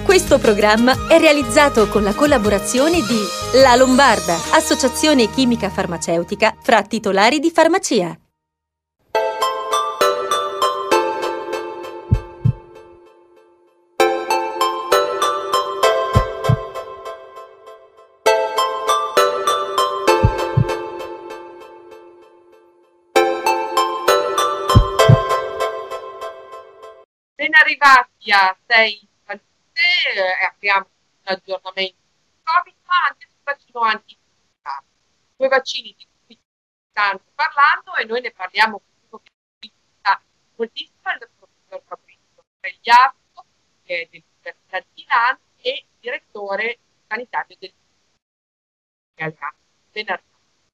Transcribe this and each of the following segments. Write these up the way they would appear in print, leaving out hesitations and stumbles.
Questo programma è realizzato con la collaborazione di La Lombarda, associazione chimica farmaceutica fra titolari di farmacia. Ben arrivati a 6 salute, apriamo un aggiornamento sul Covid, ma anche sul vaccino anti-influenza. Due vaccini di cui stanno parlando e noi ne parliamo con uno che sa moltissimo, il professor Fabrizio Pregliasco, che è dell'Università di Milano e direttore sanitario del Galliano. Ben arrivati.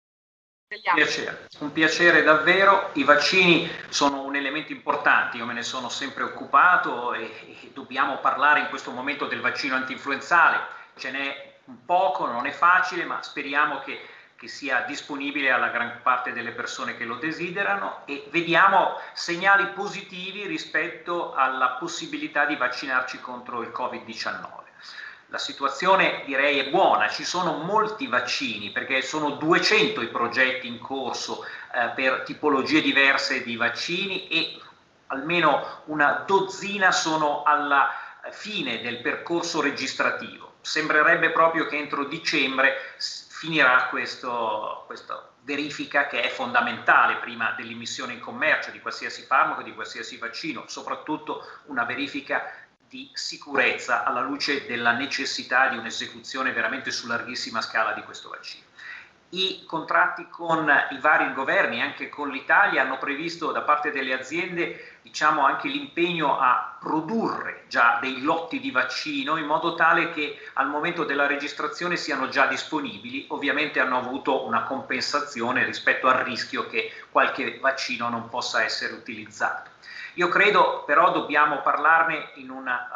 Un piacere davvero. I vaccini sono un elemento importante, io me ne sono sempre occupato e dobbiamo parlare in questo momento del vaccino antinfluenzale. Ce n'è un poco, non è facile, ma speriamo che sia disponibile alla gran parte delle persone che lo desiderano e vediamo segnali positivi rispetto alla possibilità di vaccinarci contro il Covid-19. La situazione direi è buona, ci sono molti vaccini perché sono 200 i progetti in corso per tipologie diverse di vaccini e almeno una dozzina sono alla fine del percorso registrativo. Sembrerebbe proprio che entro dicembre finirà questa verifica che è fondamentale prima dell'immissione in commercio di qualsiasi farmaco, di qualsiasi vaccino, soprattutto una verifica di sicurezza alla luce della necessità di un'esecuzione veramente su larghissima scala di questo vaccino. I contratti con i vari governi, anche con l'Italia, hanno previsto da parte delle aziende, diciamo, anche l'impegno a produrre già dei lotti di vaccino in modo tale che al momento della registrazione siano già disponibili. Ovviamente hanno avuto una compensazione rispetto al rischio che qualche vaccino non possa essere utilizzato. Io credo però dobbiamo parlarne in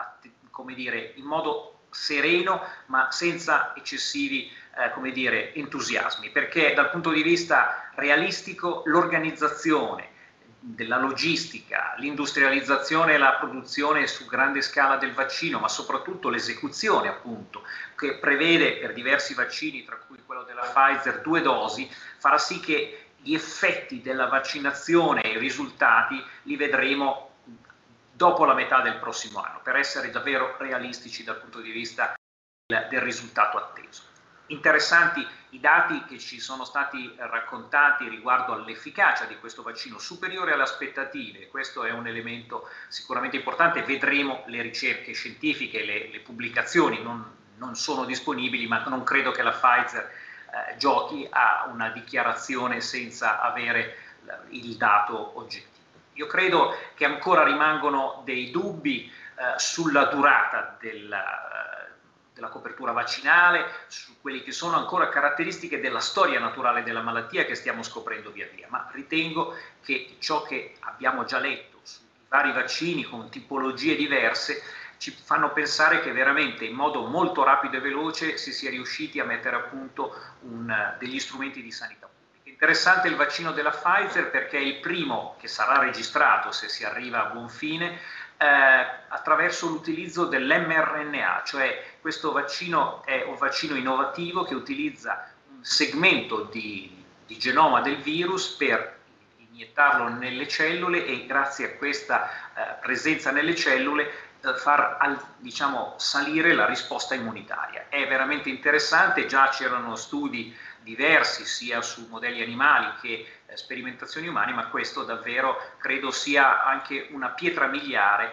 modo sereno ma senza eccessivi entusiasmi, perché dal punto di vista realistico l'organizzazione della logistica, l'industrializzazione e la produzione su grande scala del vaccino, ma soprattutto l'esecuzione appunto, che prevede per diversi vaccini, tra cui quello della Pfizer, 2 dosi, farà sì che gli effetti della vaccinazione e i risultati li vedremo dopo la metà del prossimo anno, per essere davvero realistici dal punto di vista del risultato atteso. Interessanti i dati che ci sono stati raccontati riguardo all'efficacia di questo vaccino, superiore alle aspettative. Questo è un elemento sicuramente importante, vedremo le ricerche scientifiche, le pubblicazioni non sono disponibili, ma non credo che la Pfizer giochi a una dichiarazione senza avere il dato oggettivo. Io credo che ancora rimangono dei dubbi sulla durata della copertura vaccinale, su quelle che sono ancora caratteristiche della storia naturale della malattia che stiamo scoprendo via via, ma ritengo che ciò che abbiamo già letto sui vari vaccini con tipologie diverse ci fanno pensare che veramente in modo molto rapido e veloce si sia riusciti a mettere a punto degli strumenti di sanità pubblica. Interessante il vaccino della Pfizer perché è il primo che sarà registrato, se si arriva a buon fine, attraverso l'utilizzo dell'mRNA, cioè questo vaccino è un vaccino innovativo che utilizza un segmento di genoma del virus per iniettarlo nelle cellule e grazie a questa presenza nelle cellule far salire la risposta immunitaria. È veramente interessante, già c'erano studi diversi sia su modelli animali che sperimentazioni umane, ma questo davvero credo sia anche una pietra miliare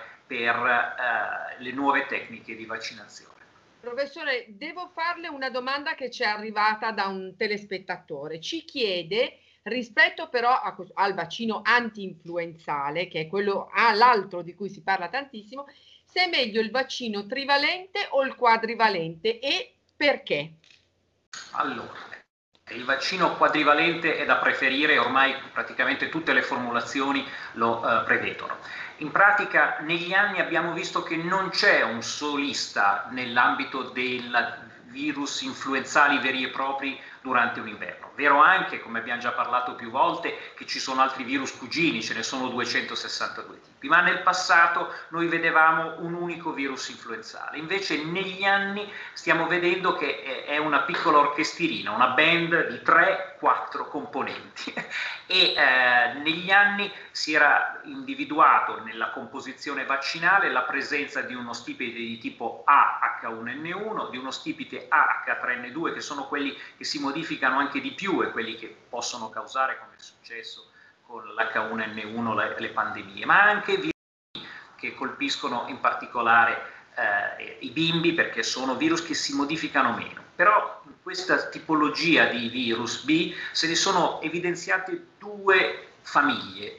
per le nuove tecniche di vaccinazione. Professore, devo farle una domanda che ci è arrivata da un telespettatore. Ci chiede, rispetto però al vaccino anti-influenzale, che è quello l'altro di cui si parla tantissimo, se è meglio il vaccino trivalente o il quadrivalente e perché? Allora, il vaccino quadrivalente è da preferire, ormai praticamente tutte le formulazioni lo prevedono. In pratica negli anni abbiamo visto che non c'è un solista nell'ambito dei virus influenzali veri e propri durante un inverno. Vero anche, come abbiamo già parlato più volte, che ci sono altri virus cugini, ce ne sono 262 tipi, ma nel passato noi vedevamo un unico virus influenzale. Invece negli anni stiamo vedendo che è una piccola orchestrina, una band di 3-4 componenti e negli anni si era individuato nella composizione vaccinale la presenza di uno stipite di tipo A H1N1, di uno stipite A H3N2, che sono quelli che si modificano anche di più e quelli che possono causare, come è successo con l'H1N1, le pandemie, ma anche virus che colpiscono in particolare i bimbi, perché sono virus che si modificano meno. Però in questa tipologia di virus B se ne sono evidenziate due famiglie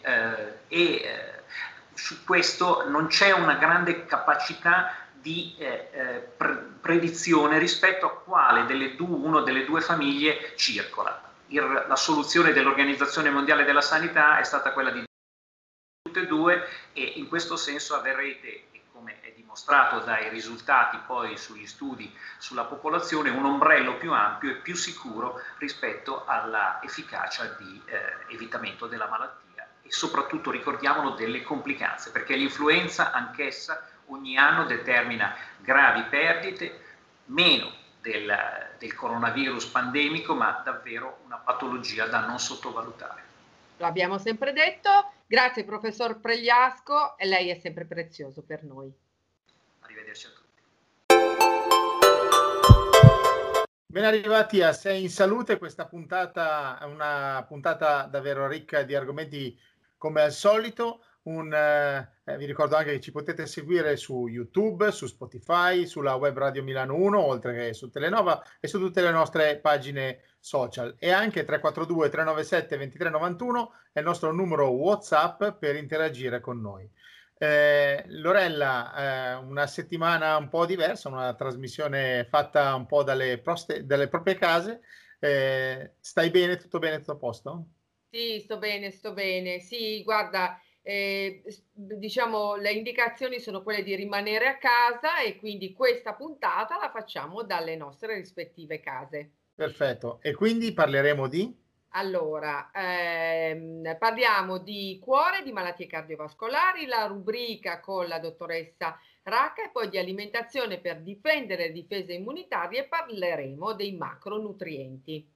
su questo non c'è una grande capacità di predizione rispetto a quale uno delle due famiglie circola. La soluzione dell'Organizzazione Mondiale della Sanità è stata quella di tutte e due, e in questo senso avrete, come è dimostrato dai risultati poi sugli studi sulla popolazione, un ombrello più ampio e più sicuro rispetto alla efficacia di evitamento della malattia e soprattutto, ricordiamolo, delle complicanze, perché l'influenza anch'essa ogni anno determina gravi perdite, meno del coronavirus pandemico, ma davvero una patologia da non sottovalutare. Lo abbiamo sempre detto. Grazie professor Pregliasco, e lei è sempre prezioso per noi. Arrivederci a tutti. Ben arrivati a Sei in Salute. Questa puntata è una puntata davvero ricca di argomenti come al solito. Vi ricordo anche che ci potete seguire su YouTube, su Spotify, sulla web Radio Milano 1, oltre che su Telenova e su tutte le nostre pagine social, e anche 342 397 2391 è il nostro numero WhatsApp per interagire con noi. Lorella, una settimana un po' diversa, una trasmissione fatta un po' dalle proprie case. Stai bene? Tutto bene? Tutto a posto? Sì, sto bene. Sì, guarda, diciamo le indicazioni sono quelle di rimanere a casa e quindi questa puntata la facciamo dalle nostre rispettive case. Perfetto, e quindi parleremo di? Allora, parliamo di cuore, di malattie cardiovascolari, la rubrica con la dottoressa Racca, e poi di alimentazione per difendere le difese immunitarie parleremo dei macronutrienti.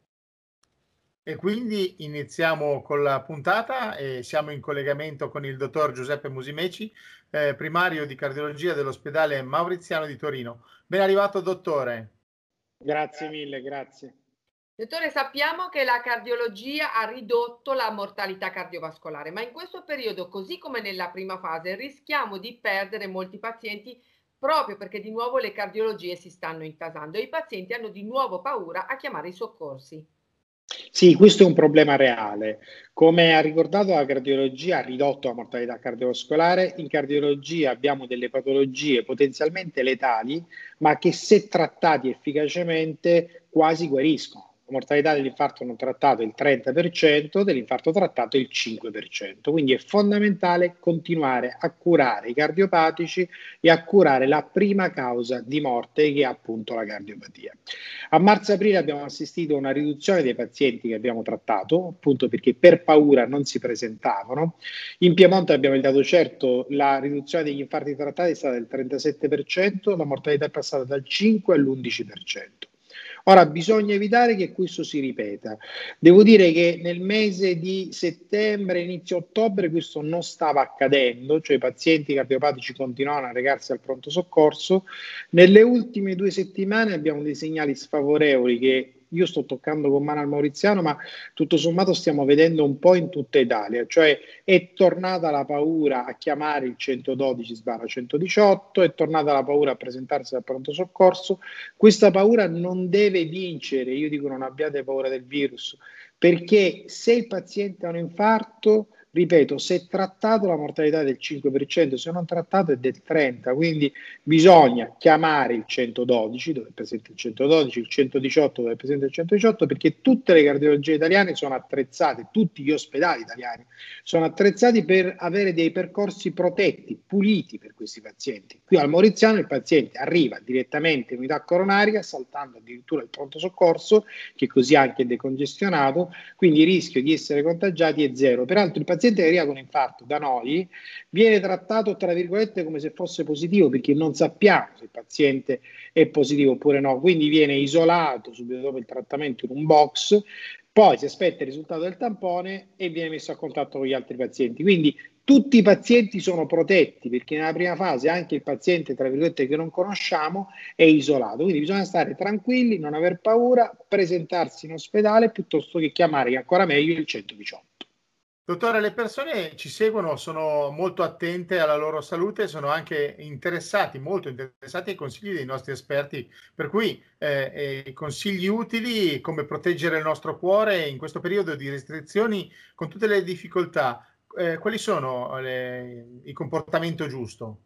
E quindi iniziamo con la puntata e siamo in collegamento con il dottor Giuseppe Musimeci, primario di cardiologia dell'ospedale Mauriziano di Torino. Ben arrivato, dottore. Grazie mille, grazie. Dottore, sappiamo che la cardiologia ha ridotto la mortalità cardiovascolare, ma in questo periodo, così come nella prima fase, rischiamo di perdere molti pazienti proprio perché di nuovo le cardiologie si stanno intasando e i pazienti hanno di nuovo paura a chiamare i soccorsi. Sì, questo è un problema reale. Come ha ricordato, la cardiologia ha ridotto la mortalità cardiovascolare. In cardiologia abbiamo delle patologie potenzialmente letali, ma che se trattati efficacemente quasi guariscono. La mortalità dell'infarto non trattato è il 30%, dell'infarto trattato è il 5%. Quindi è fondamentale continuare a curare i cardiopatici e a curare la prima causa di morte, che è appunto la cardiopatia. A marzo-aprile abbiamo assistito a una riduzione dei pazienti che abbiamo trattato, appunto perché per paura non si presentavano. In Piemonte abbiamo il dato certo: la riduzione degli infarti trattati è stata del 37%, la mortalità è passata dal 5 all'11%. Ora bisogna evitare che questo si ripeta. Devo dire che nel mese di settembre, inizio ottobre, questo non stava accadendo, cioè i pazienti cardiopatici continuavano a recarsi al pronto soccorso. Nelle ultime 2 settimane abbiamo dei segnali sfavorevoli che io sto toccando con mano al Mauriziano, ma tutto sommato stiamo vedendo un po' in tutta Italia, cioè è tornata la paura a chiamare il 112/118, è tornata la paura a presentarsi al pronto soccorso. Questa paura non deve vincere. Io dico: non abbiate paura del virus, perché se il paziente ha un infarto ripeto, se trattato la mortalità è del 5%, se non trattato è del 30%, quindi bisogna chiamare il 112, dove è presente il 112, il 118 dove è presente il 118, perché tutte le cardiologie italiane sono attrezzate, tutti gli ospedali italiani sono attrezzati per avere dei percorsi protetti, puliti per questi pazienti. Qui al Mauriziano il paziente arriva direttamente in unità coronaria, saltando addirittura il pronto soccorso, che così anche è decongestionato, quindi il rischio di essere contagiati è zero. Peraltro il paziente che arriva con infarto da noi viene trattato tra virgolette come se fosse positivo, perché non sappiamo se il paziente è positivo oppure no, quindi viene isolato subito dopo il trattamento in un box, poi si aspetta il risultato del tampone e viene messo a contatto con gli altri pazienti. Quindi tutti i pazienti sono protetti, perché nella prima fase anche il paziente, tra virgolette, che non conosciamo è isolato. Quindi bisogna stare tranquilli, non aver paura, presentarsi in ospedale piuttosto che chiamare, che ancora meglio, il 118. Dottore, le persone ci seguono, sono molto attente alla loro salute, sono anche molto interessati ai consigli dei nostri esperti, per cui consigli utili come proteggere il nostro cuore in questo periodo di restrizioni con tutte le difficoltà. Quali sono il comportamento giusto?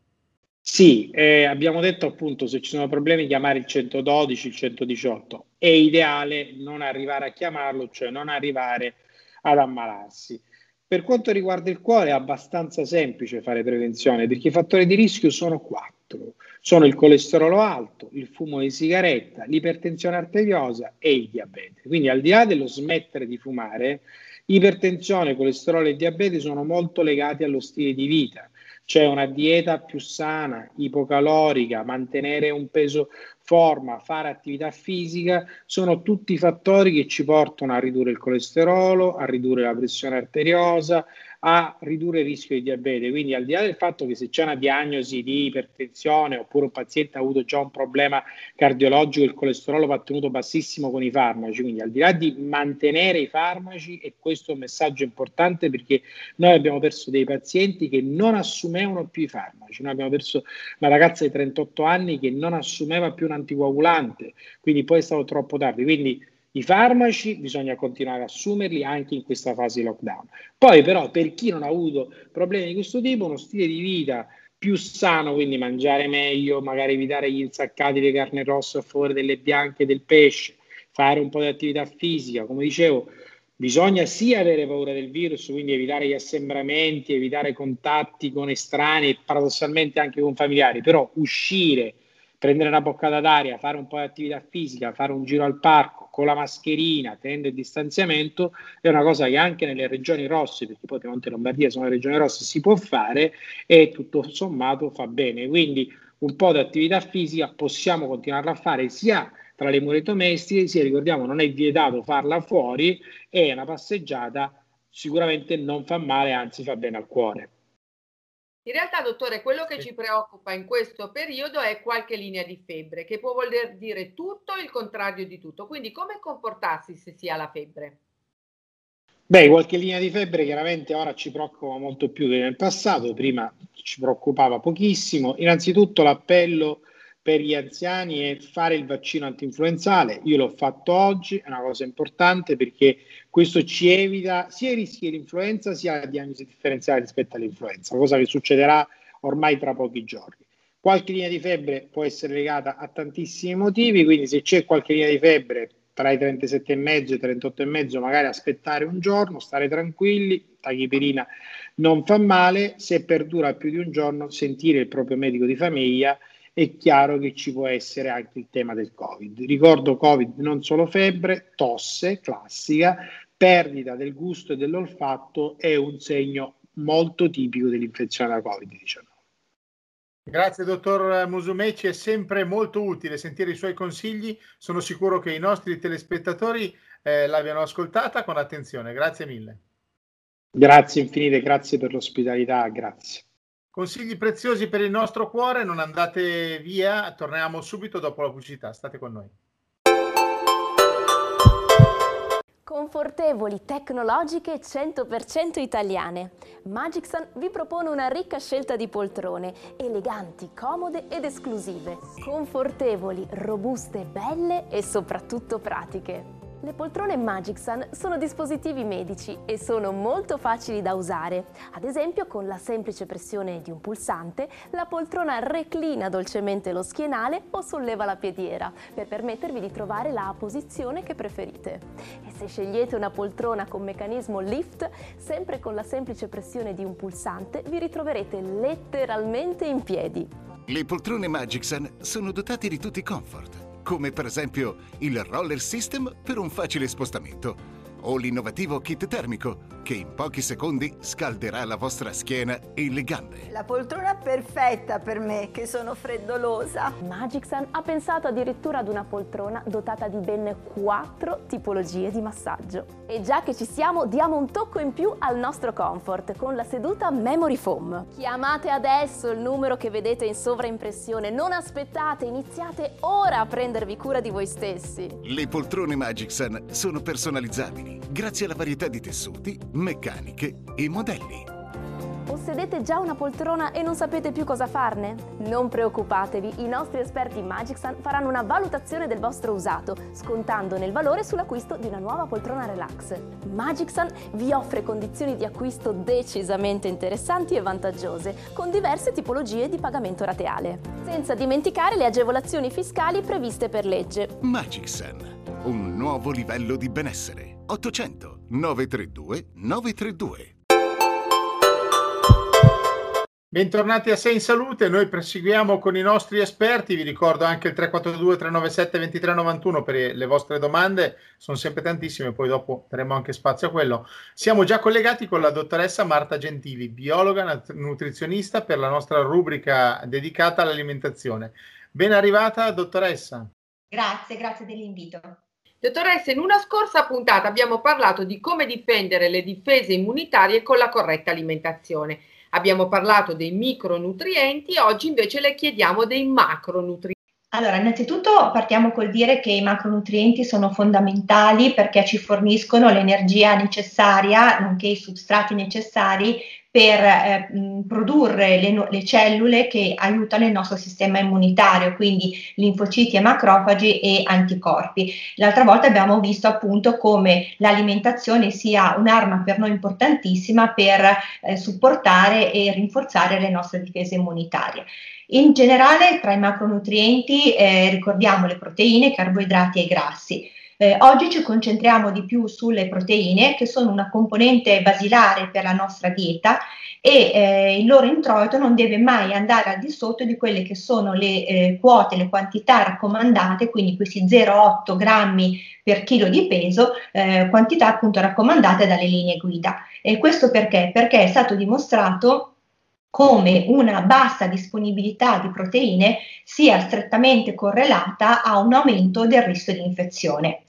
Sì, abbiamo detto appunto se ci sono problemi chiamare il 112, il 118. È ideale non arrivare a chiamarlo, cioè non arrivare ad ammalarsi. Per quanto riguarda il cuore è abbastanza semplice fare prevenzione, perché i fattori di rischio sono 4. Sono il colesterolo alto, il fumo di sigaretta, l'ipertensione arteriosa e il diabete. Quindi al di là dello smettere di fumare, ipertensione, colesterolo e diabete sono molto legati allo stile di vita. C'è una dieta più sana, ipocalorica, mantenere un peso forma, fare attività fisica, sono tutti fattori che ci portano a ridurre il colesterolo, a ridurre la pressione arteriosa, a ridurre il rischio di diabete. Quindi al di là del fatto che se c'è una diagnosi di ipertensione oppure un paziente ha avuto già un problema cardiologico, il colesterolo va tenuto bassissimo con i farmaci, quindi al di là di mantenere i farmaci, e questo è un messaggio importante perché noi abbiamo perso dei pazienti che non assumevano più i farmaci. Noi abbiamo perso una ragazza di 38 anni che non assumeva più un anticoagulante, quindi poi è stato troppo tardi. Quindi i farmaci bisogna continuare a assumerli anche in questa fase di lockdown. Poi però per chi non ha avuto problemi di questo tipo, uno stile di vita più sano, quindi mangiare meglio, magari evitare gli insaccati di carne rossa a favore delle bianche e del pesce, fare un po' di attività fisica, come dicevo. Bisogna sì avere paura del virus, quindi evitare gli assembramenti, evitare contatti con estranei, paradossalmente anche con familiari, però uscire, prendere una boccata d'aria, fare un po' di attività fisica, fare un giro al parco con la mascherina, tenendo il distanziamento, è una cosa che anche nelle regioni rosse, perché poi Piemonte e Lombardia sono le regioni rosse, si può fare e tutto sommato fa bene. Quindi un po' di attività fisica possiamo continuarla a fare sia tra le mura domestiche, sia ricordiamo non è vietato farla fuori, e una passeggiata sicuramente non fa male, anzi fa bene al cuore. In realtà, dottore, quello che ci preoccupa in questo periodo è qualche linea di febbre, che può voler dire tutto e il contrario di tutto. Quindi come comportarsi se si ha la febbre? Beh, qualche linea di febbre chiaramente ora ci preoccupa molto più che nel passato, prima ci preoccupava pochissimo. Innanzitutto l'appello per gli anziani è fare il vaccino antinfluenzale. Io l'ho fatto oggi, è una cosa importante perché questo ci evita sia i rischi dell'influenza sia la diagnosi differenziale rispetto all'influenza, cosa che succederà ormai tra pochi giorni. Qualche linea di febbre può essere legata a tantissimi motivi, quindi se c'è qualche linea di febbre tra i 37,5 e i 38,5, magari aspettare un giorno, stare tranquilli, tachipirina non fa male, se perdura più di un giorno sentire il proprio medico di famiglia. È chiaro che ci può essere anche il tema del Covid. Ricordo Covid non solo febbre, tosse classica, perdita del gusto e dell'olfatto è un segno molto tipico dell'infezione da Covid-19. Grazie dottor Musumeci, è sempre molto utile sentire i suoi consigli, sono sicuro che i nostri telespettatori l'abbiano ascoltata con attenzione, grazie mille. Grazie infinite, grazie per l'ospitalità, grazie. Consigli preziosi per il nostro cuore, non andate via, torniamo subito dopo la pubblicità, state con noi. Confortevoli, tecnologiche e 100% italiane. Magixan vi propone una ricca scelta di poltrone, eleganti, comode ed esclusive. Confortevoli, robuste, belle e soprattutto pratiche. Le poltrone Magicsun sono dispositivi medici e sono molto facili da usare. Ad esempio, con la semplice pressione di un pulsante, la poltrona reclina dolcemente lo schienale o solleva la piediera per permettervi di trovare la posizione che preferite. E se scegliete una poltrona con meccanismo lift, sempre con la semplice pressione di un pulsante, vi ritroverete letteralmente in piedi. Le poltrone Magicsun sono dotate di tutti i comfort, come per esempio il roller system per un facile spostamento o l'innovativo kit termico che in pochi secondi scalderà la vostra schiena e le gambe. La poltrona perfetta per me, che sono freddolosa. Magicsun ha pensato addirittura ad una poltrona dotata di ben 4 tipologie di massaggio. E già che ci siamo, diamo un tocco in più al nostro comfort con la seduta Memory Foam. Chiamate adesso il numero che vedete in sovraimpressione, non aspettate, iniziate ora a prendervi cura di voi stessi. Le poltrone Magicsun sono personalizzabili grazie alla varietà di tessuti, meccaniche e modelli. Possedete già una poltrona e non sapete più cosa farne? Non preoccupatevi, i nostri esperti Magicsun faranno una valutazione del vostro usato, scontandone il valore sull'acquisto di una nuova poltrona relax. Magicsun vi offre condizioni di acquisto decisamente interessanti e vantaggiose, con diverse tipologie di pagamento rateale. Senza dimenticare le agevolazioni fiscali previste per legge. Magicsun, un nuovo livello di benessere. 800 932 932. Bentornati a Sei in Salute, noi proseguiamo con i nostri esperti, vi ricordo anche il 342 397 2391 per le vostre domande, sono sempre tantissime, poi dopo daremo anche spazio a quello. Siamo già collegati con la dottoressa Marta Gentili, biologa nutrizionista per la nostra rubrica dedicata all'alimentazione. Ben arrivata dottoressa. Grazie dell'invito. Dottoressa, in una scorsa puntata abbiamo parlato di come difendere le difese immunitarie con la corretta alimentazione. Abbiamo parlato dei micronutrienti, oggi invece le chiediamo dei macronutrienti. Allora, innanzitutto partiamo col dire che i macronutrienti sono fondamentali perché ci forniscono l'energia necessaria, nonché i substrati necessari per produrre le cellule che aiutano il nostro sistema immunitario, quindi linfociti e macrofagi e anticorpi. L'altra volta abbiamo visto appunto come l'alimentazione sia un'arma per noi importantissima per supportare e rinforzare le nostre difese immunitarie. In generale, tra i macronutrienti ricordiamo le proteine, i carboidrati e i grassi. Oggi ci concentriamo di più sulle proteine, che sono una componente basilare per la nostra dieta e il loro introito non deve mai andare al di sotto di quelle che sono le quote, le quantità raccomandate, quindi questi 0,8 grammi per chilo di peso, quantità appunto raccomandate dalle linee guida. E questo perché? Perché è stato dimostrato come una bassa disponibilità di proteine sia strettamente correlata a un aumento del rischio di infezione.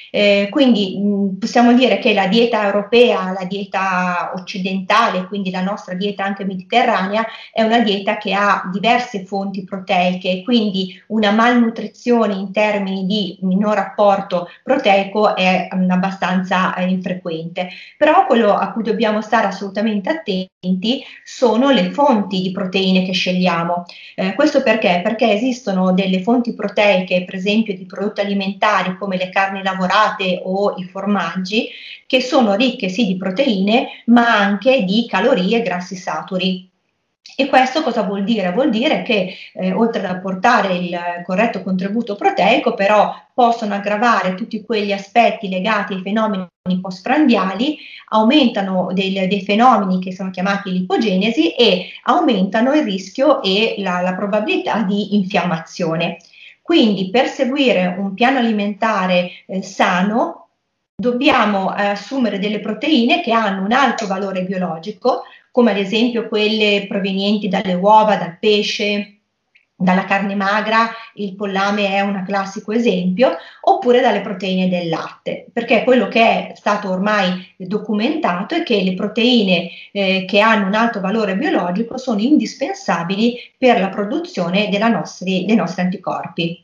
Quindi possiamo dire che la dieta europea, la dieta occidentale, quindi la nostra dieta anche mediterranea, è una dieta che ha diverse fonti proteiche, quindi una malnutrizione in termini di minor apporto proteico è abbastanza infrequente. Però quello a cui dobbiamo stare assolutamente attenti sono le fonti di proteine che scegliamo. Questo perché? Perché esistono delle fonti proteiche, per esempio di prodotti alimentari come le carni lavorate o i formaggi, che sono ricche sì di proteine ma anche di calorie e grassi saturi. E questo cosa vuol dire? Vuol dire che oltre ad apportare il corretto contributo proteico, però possono aggravare tutti quegli aspetti legati ai fenomeni postprandiali, aumentano dei fenomeni che sono chiamati lipogenesi e aumentano il rischio e la probabilità di infiammazione. Quindi per seguire un piano alimentare sano dobbiamo assumere delle proteine che hanno un alto valore biologico, come ad esempio quelle provenienti dalle uova, dal pesce, dalla carne magra, il pollame è un classico esempio, oppure dalle proteine del latte, perché quello che è stato ormai documentato è che le proteine che hanno un alto valore biologico sono indispensabili per la produzione dei nostri anticorpi.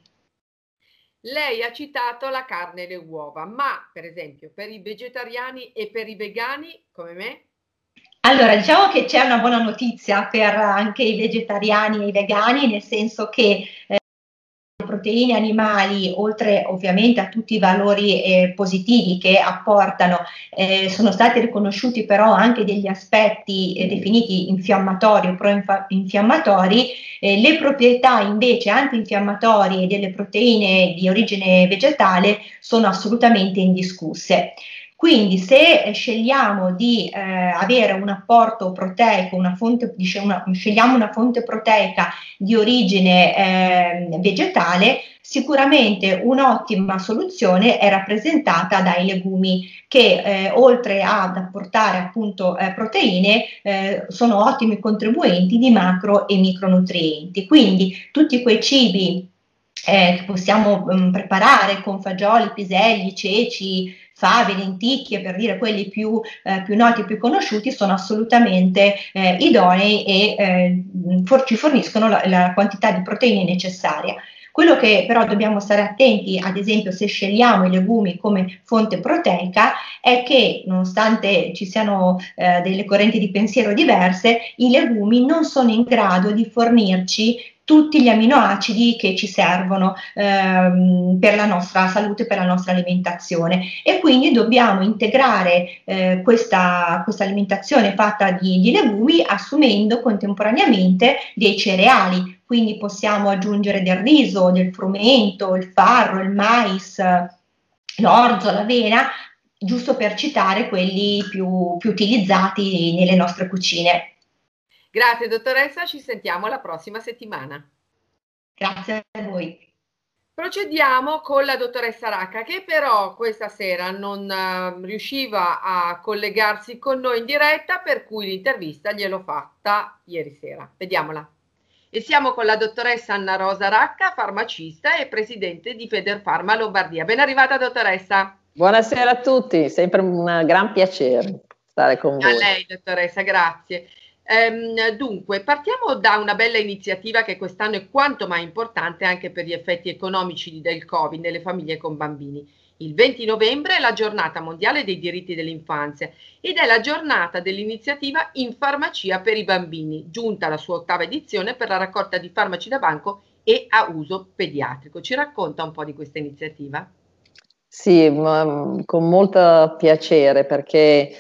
Lei ha citato la carne e le uova, ma per esempio per i vegetariani e per i vegani come me? Allora, diciamo che c'è una buona notizia per anche i vegetariani e i vegani, nel senso che le proteine animali, oltre ovviamente a tutti i valori positivi che apportano, sono stati riconosciuti però anche degli aspetti definiti infiammatori o pro-infiammatori, le proprietà invece antinfiammatorie delle proteine di origine vegetale sono assolutamente indiscusse. Quindi se scegliamo di avere un apporto proteico, scegliamo una fonte proteica di origine vegetale, sicuramente un'ottima soluzione è rappresentata dai legumi che oltre ad apportare appunto proteine sono ottimi contribuenti di macro e micronutrienti. Quindi tutti quei cibi che possiamo preparare con fagioli, piselli, ceci, fave, lenticchie, per dire quelli più noti e più conosciuti, sono assolutamente idonei e ci forniscono la quantità di proteine necessaria. Quello che però dobbiamo stare attenti, ad esempio se scegliamo i legumi come fonte proteica, è che nonostante ci siano delle correnti di pensiero diverse, i legumi non sono in grado di fornirci tutti gli aminoacidi che ci servono per la nostra salute, per la nostra alimentazione, e quindi dobbiamo integrare questa alimentazione fatta di legumi assumendo contemporaneamente dei cereali. Quindi possiamo aggiungere del riso, del frumento, il farro, il mais, l'orzo, l'avena, giusto per citare quelli più utilizzati nelle nostre cucine. Grazie dottoressa, ci sentiamo la prossima settimana. Grazie a voi. Procediamo con la dottoressa Racca, che però questa sera non riusciva a collegarsi con noi in diretta, per cui l'intervista gliel'ho fatta ieri sera. Vediamola. E siamo con la dottoressa Anna Rosa Racca, farmacista e presidente di Federfarma Lombardia. Ben arrivata dottoressa. Buonasera a tutti, sempre un gran piacere stare con voi. A lei dottoressa, grazie. Dunque, partiamo da una bella iniziativa che quest'anno è quanto mai importante anche per gli effetti economici del Covid nelle famiglie con bambini. Il 20 novembre è la giornata mondiale dei diritti dell'infanzia ed è la giornata dell'iniziativa In Farmacia per i bambini, giunta alla sua 8ª edizione per la raccolta di farmaci da banco e a uso pediatrico. Ci racconta un po' di questa iniziativa? Sì, con molto piacere, perché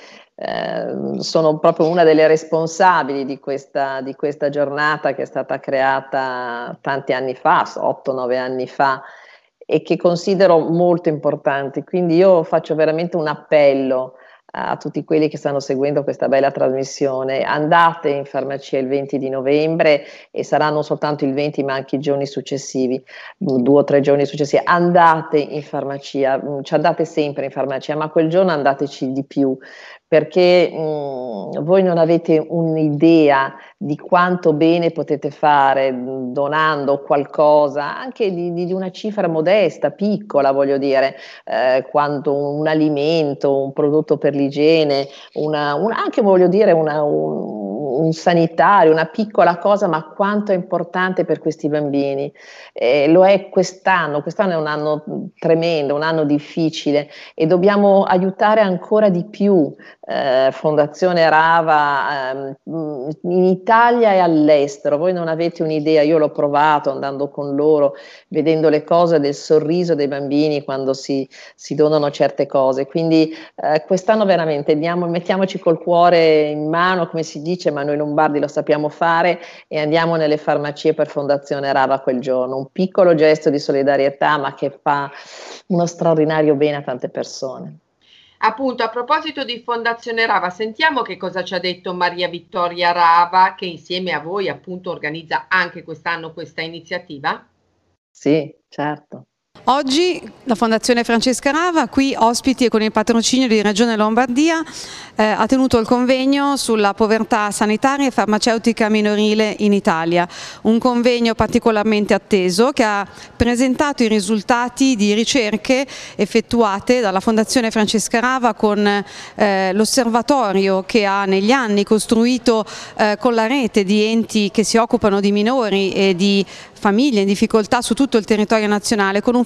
sono proprio una delle responsabili di questa giornata che è stata creata tanti anni fa, 8-9 anni fa, e che considero molto importanti. Quindi io faccio veramente un appello a tutti quelli che stanno seguendo questa bella trasmissione: andate in farmacia il 20 di novembre e sarà non soltanto il 20 ma anche i giorni successivi, 2 o 3 giorni successivi. Andate in farmacia, ci andate sempre in farmacia, ma quel giorno andateci di più, perché voi non avete un'idea di quanto bene potete fare donando qualcosa, anche di una cifra modesta, piccola, voglio dire, quanto un alimento, un prodotto per l'igiene, anche voglio dire un sanitario, una piccola cosa, ma quanto è importante per questi bambini. Lo è quest'anno è un anno tremendo, un anno difficile, e dobbiamo aiutare ancora di più. Fondazione Rava in Italia e all'estero, voi non avete un'idea, io l'ho provato andando con loro, vedendo le cose, del sorriso dei bambini quando si donano certe cose. Quindi quest'anno veramente mettiamoci col cuore in mano, come si dice, ma noi lombardi lo sappiamo fare, e andiamo nelle farmacie per Fondazione Rava quel giorno. Un piccolo gesto di solidarietà, ma che fa uno straordinario bene a tante persone. Appunto, a proposito di Fondazione Rava, sentiamo che cosa ci ha detto Maria Vittoria Rava, che insieme a voi appunto organizza anche quest'anno questa iniziativa. Sì, certo. Oggi la Fondazione Francesca Rava, qui ospiti e con il patrocinio di Regione Lombardia, ha tenuto il convegno sulla povertà sanitaria e farmaceutica minorile in Italia. Un convegno particolarmente atteso che ha presentato i risultati di ricerche effettuate dalla Fondazione Francesca Rava con l'osservatorio che ha negli anni costruito con la rete di enti che si occupano di minori e di famiglie in difficoltà su tutto il territorio nazionale, con un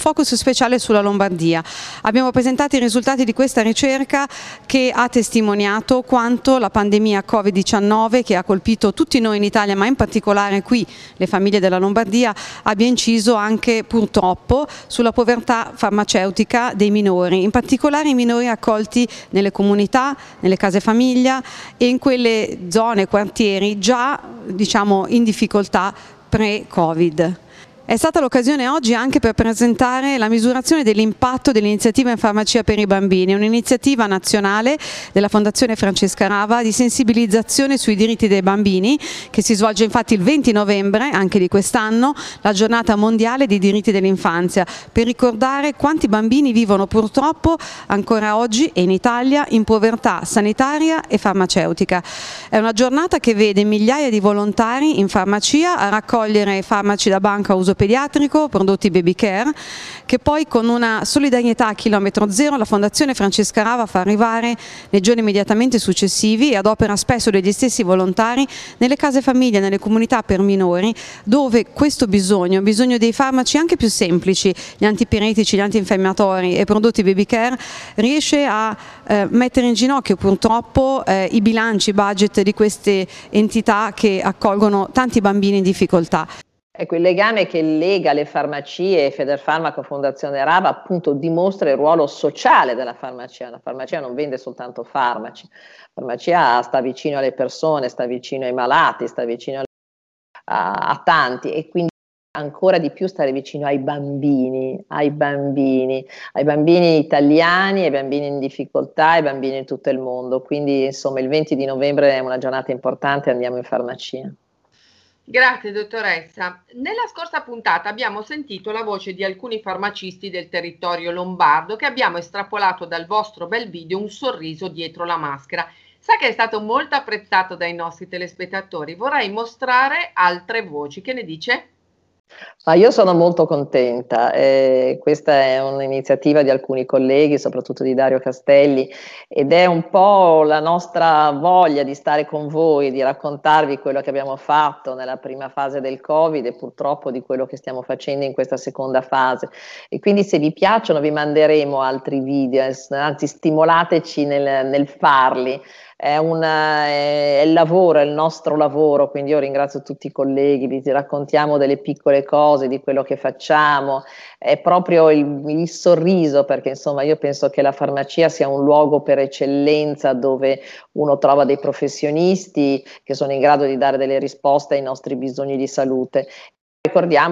focus speciale sulla Lombardia. Abbiamo presentato i risultati di questa ricerca che ha testimoniato quanto la pandemia Covid-19, che ha colpito tutti noi in Italia, ma in particolare qui le famiglie della Lombardia, abbia inciso anche purtroppo sulla povertà farmaceutica dei minori, in particolare i minori accolti nelle comunità, nelle case famiglia e in quelle zone, quartieri già diciamo in difficoltà pre-Covid. È stata l'occasione oggi anche per presentare la misurazione dell'impatto dell'iniziativa in farmacia per i bambini, un'iniziativa nazionale della Fondazione Francesca Rava di sensibilizzazione sui diritti dei bambini, che si svolge infatti il 20 novembre, anche di quest'anno, la giornata mondiale dei diritti dell'infanzia, per ricordare quanti bambini vivono purtroppo ancora oggi e in Italia in povertà sanitaria e farmaceutica. È una giornata che vede migliaia di volontari in farmacia a raccogliere farmaci da banca a uso pediatrico, prodotti baby care, che poi con una solidarietà a chilometro zero la Fondazione Francesca Rava fa arrivare nei giorni immediatamente successivi e ad opera spesso degli stessi volontari nelle case famiglie, nelle comunità per minori, dove questo bisogno dei farmaci anche più semplici, gli antipiretici, gli antinfiammatori e prodotti baby care, riesce a mettere in ginocchio purtroppo i bilanci, i budget di queste entità che accolgono tanti bambini in difficoltà. Ecco, il legame che lega le farmacie, Federfarmaco, Fondazione Rava, appunto dimostra il ruolo sociale della farmacia. La farmacia non vende soltanto farmaci, la farmacia sta vicino alle persone, sta vicino ai malati, sta vicino a tanti, e quindi ancora di più stare vicino ai bambini italiani, ai bambini in difficoltà, ai bambini in tutto il mondo. Quindi insomma il 20 di novembre è una giornata importante, andiamo in farmacia. Grazie dottoressa. Nella scorsa puntata abbiamo sentito la voce di alcuni farmacisti del territorio lombardo che abbiamo estrapolato dal vostro bel video Un sorriso dietro la maschera. Sa che è stato molto apprezzato dai nostri telespettatori. Vorrei mostrare altre voci. Che ne dice? Ma io sono molto contenta, questa è un'iniziativa di alcuni colleghi, soprattutto di Dario Castelli, ed è un po' la nostra voglia di stare con voi, di raccontarvi quello che abbiamo fatto nella prima fase del Covid e purtroppo di quello che stiamo facendo in questa seconda fase. E quindi se vi piacciono vi manderemo altri video, anzi stimolateci nel farli. È il lavoro, è il nostro lavoro, quindi io ringrazio tutti i colleghi, vi raccontiamo delle piccole cose, di quello che facciamo, è proprio il sorriso, perché insomma io penso che la farmacia sia un luogo per eccellenza dove uno trova dei professionisti che sono in grado di dare delle risposte ai nostri bisogni di salute. Ricordiamo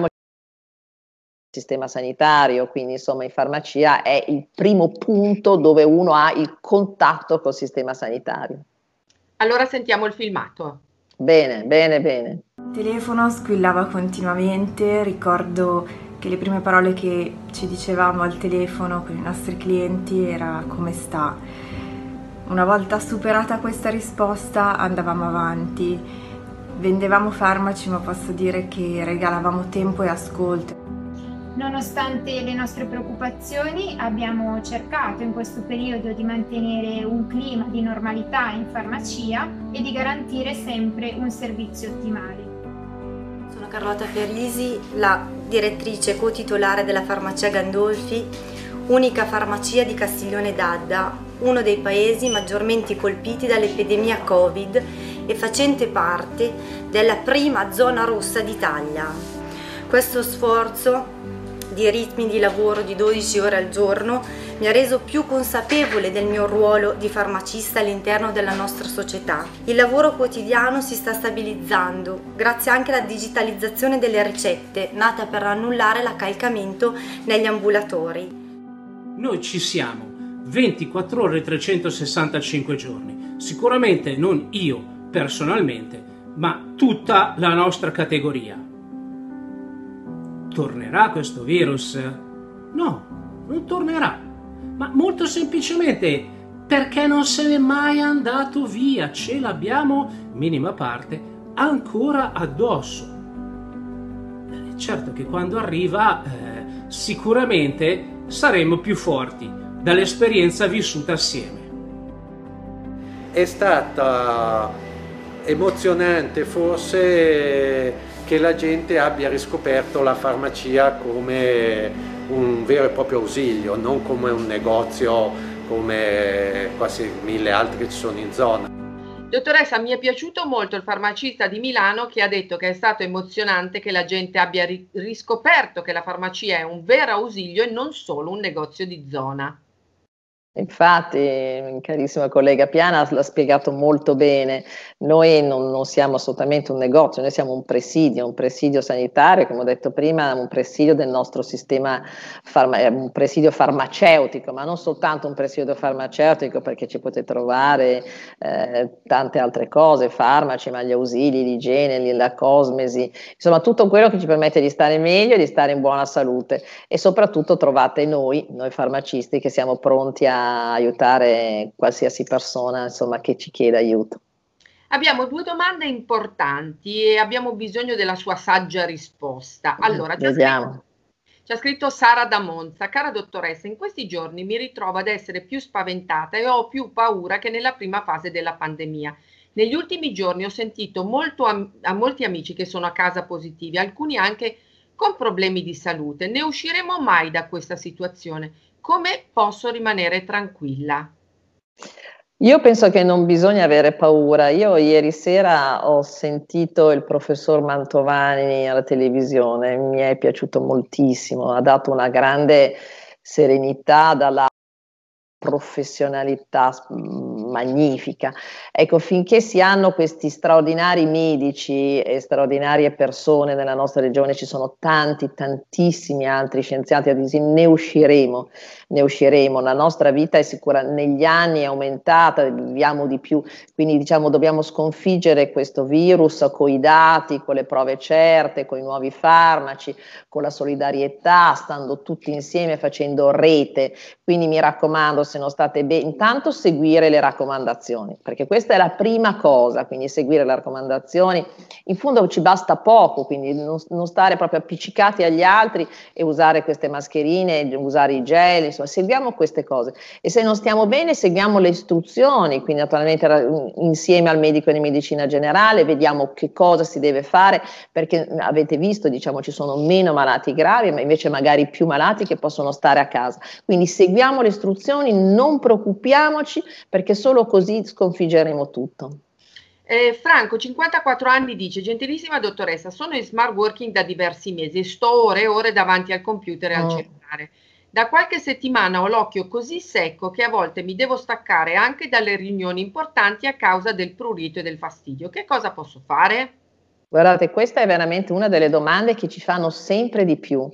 sistema sanitario, quindi insomma in farmacia è il primo punto dove uno ha il contatto col sistema sanitario. Allora sentiamo il filmato. Bene. Il telefono squillava continuamente, ricordo che le prime parole che ci dicevamo al telefono con i nostri clienti era come sta. Una volta superata questa risposta andavamo avanti, vendevamo farmaci, ma posso dire che regalavamo tempo e ascolto. Nonostante le nostre preoccupazioni, abbiamo cercato in questo periodo di mantenere un clima di normalità in farmacia e di garantire sempre un servizio ottimale. Sono Carlotta Ferrisi, la direttrice co-titolare della farmacia Gandolfi, unica farmacia di Castiglione d'Adda, uno dei paesi maggiormente colpiti dall'epidemia Covid e facente parte della prima zona rossa d'Italia. Questo sforzo di ritmi di lavoro di 12 ore al giorno mi ha reso più consapevole del mio ruolo di farmacista all'interno della nostra società. Il lavoro quotidiano si sta stabilizzando grazie anche alla digitalizzazione delle ricette, nata per annullare l'accalcamento negli ambulatori. Noi ci siamo 24 ore e 365 giorni, sicuramente non io personalmente, ma tutta la nostra categoria. Tornerà questo virus? No, non tornerà, ma molto semplicemente perché non se n'è mai andato via, ce l'abbiamo, minima parte, ancora addosso. Certo che quando arriva sicuramente saremo più forti dall'esperienza vissuta assieme. È stata emozionante forse che la gente abbia riscoperto la farmacia come un vero e proprio ausilio, non come un negozio come quasi 1000 altri che ci sono in zona. Dottoressa, mi è piaciuto molto il farmacista di Milano che ha detto che è stato emozionante che la gente abbia riscoperto che la farmacia è un vero ausilio e non solo un negozio di zona. Infatti, carissima collega Piana l'ha spiegato molto bene, noi non siamo assolutamente un negozio, noi siamo un presidio sanitario, come ho detto prima, un presidio del nostro sistema, un presidio farmaceutico, ma non soltanto un presidio farmaceutico, perché ci potete trovare tante altre cose, farmaci, ma gli ausili, l'igiene, la cosmesi, insomma tutto quello che ci permette di stare meglio e di stare in buona salute, e soprattutto trovate noi farmacisti che siamo pronti a aiutare qualsiasi persona, insomma, che ci chieda aiuto. Abbiamo 2 domande importanti e abbiamo bisogno della sua saggia risposta. Allora, ci ha scritto Sara da Monza. Cara dottoressa, in questi giorni mi ritrovo ad essere più spaventata e ho più paura che nella prima fase della pandemia. Negli ultimi giorni ho sentito a molti amici che sono a casa positivi, alcuni anche con problemi di salute. Ne usciremo mai da questa situazione? Come posso rimanere tranquilla? Io penso che non bisogna avere paura. Io ieri sera ho sentito il professor Mantovani alla televisione, mi è piaciuto moltissimo, ha dato una grande serenità dalla professionalità magnifica. Ecco, finché si hanno questi straordinari medici e straordinarie persone nella nostra regione, ci sono tantissimi altri scienziati, ne usciremo. La nostra vita è sicura, negli anni è aumentata, viviamo di più, quindi diciamo dobbiamo sconfiggere questo virus con i dati, con le prove certe, con i nuovi farmaci, con la solidarietà, stando tutti insieme, facendo rete. Quindi mi raccomando, se non state bene, intanto seguire le raccomandazioni, perché questa è la prima cosa, quindi seguire le raccomandazioni, in fondo ci basta poco, quindi non stare proprio appiccicati agli altri e usare queste mascherine, usare i gel, insomma, seguiamo queste cose, e se non stiamo bene seguiamo le istruzioni, quindi naturalmente insieme al medico di medicina generale vediamo che cosa si deve fare, perché avete visto, diciamo, ci sono meno malati gravi, ma invece magari più malati che possono stare a casa, quindi seguiamo le istruzioni, non preoccupiamoci, perché solo così sconfiggeremo tutto. Franco, 54 anni, dice: gentilissima dottoressa, sono in smart working da diversi mesi e sto ore e ore davanti al computer e al cellulare. Da qualche settimana ho l'occhio così secco che a volte mi devo staccare anche dalle riunioni importanti a causa del prurito e del fastidio. Che cosa posso fare? Guardate, questa è veramente una delle domande che ci fanno sempre di più.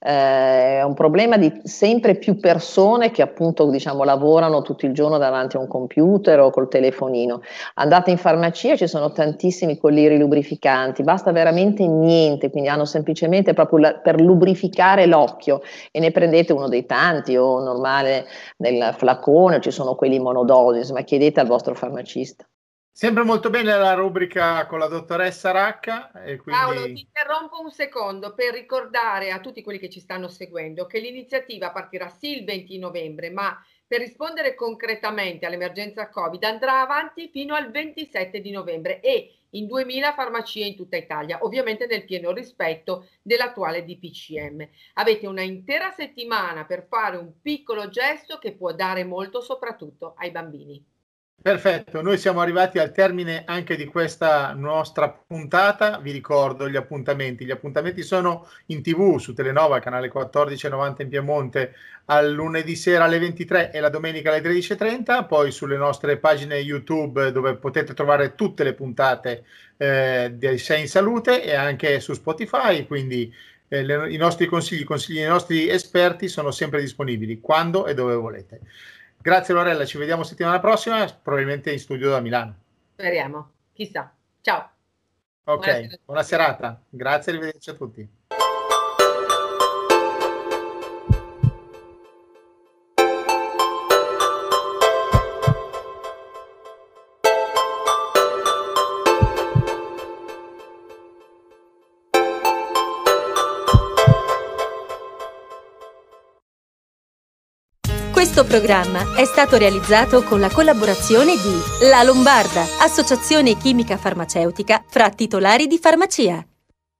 È un problema di sempre più persone che appunto, diciamo, lavorano tutto il giorno davanti a un computer o col telefonino. Andate in farmacia, ci sono tantissimi coliri lubrificanti, basta veramente niente, quindi hanno semplicemente proprio per lubrificare l'occhio, e ne prendete uno dei tanti o normale nel flacone, ci sono quelli monodosi, insomma chiedete al vostro farmacista. Sempre molto bene la rubrica con la dottoressa Racca. E quindi... Paolo, ti interrompo un secondo per ricordare a tutti quelli che ci stanno seguendo che l'iniziativa partirà sì il 20 novembre, ma per rispondere concretamente all'emergenza Covid andrà avanti fino al 27 di novembre e in 2000 farmacie in tutta Italia, ovviamente nel pieno rispetto dell'attuale DPCM. Avete una intera settimana per fare un piccolo gesto che può dare molto, soprattutto ai bambini. Perfetto, noi siamo arrivati al termine anche di questa nostra puntata. Vi ricordo gli appuntamenti. Gli appuntamenti sono in TV su Telenova, canale 1490 in Piemonte, al lunedì sera alle 23 e la domenica alle 13:30, poi sulle nostre pagine YouTube dove potete trovare tutte le puntate di Sei in Salute, e anche su Spotify, quindi i nostri consigli dei nostri esperti sono sempre disponibili quando e dove volete. Grazie Lorella, ci vediamo settimana prossima, probabilmente in studio da Milano. Speriamo, chissà. Ciao. Ok, buona serata. Grazie, arrivederci a tutti. Questo programma è stato realizzato con la collaborazione di La Lombarda, associazione chimica farmaceutica fra titolari di farmacia.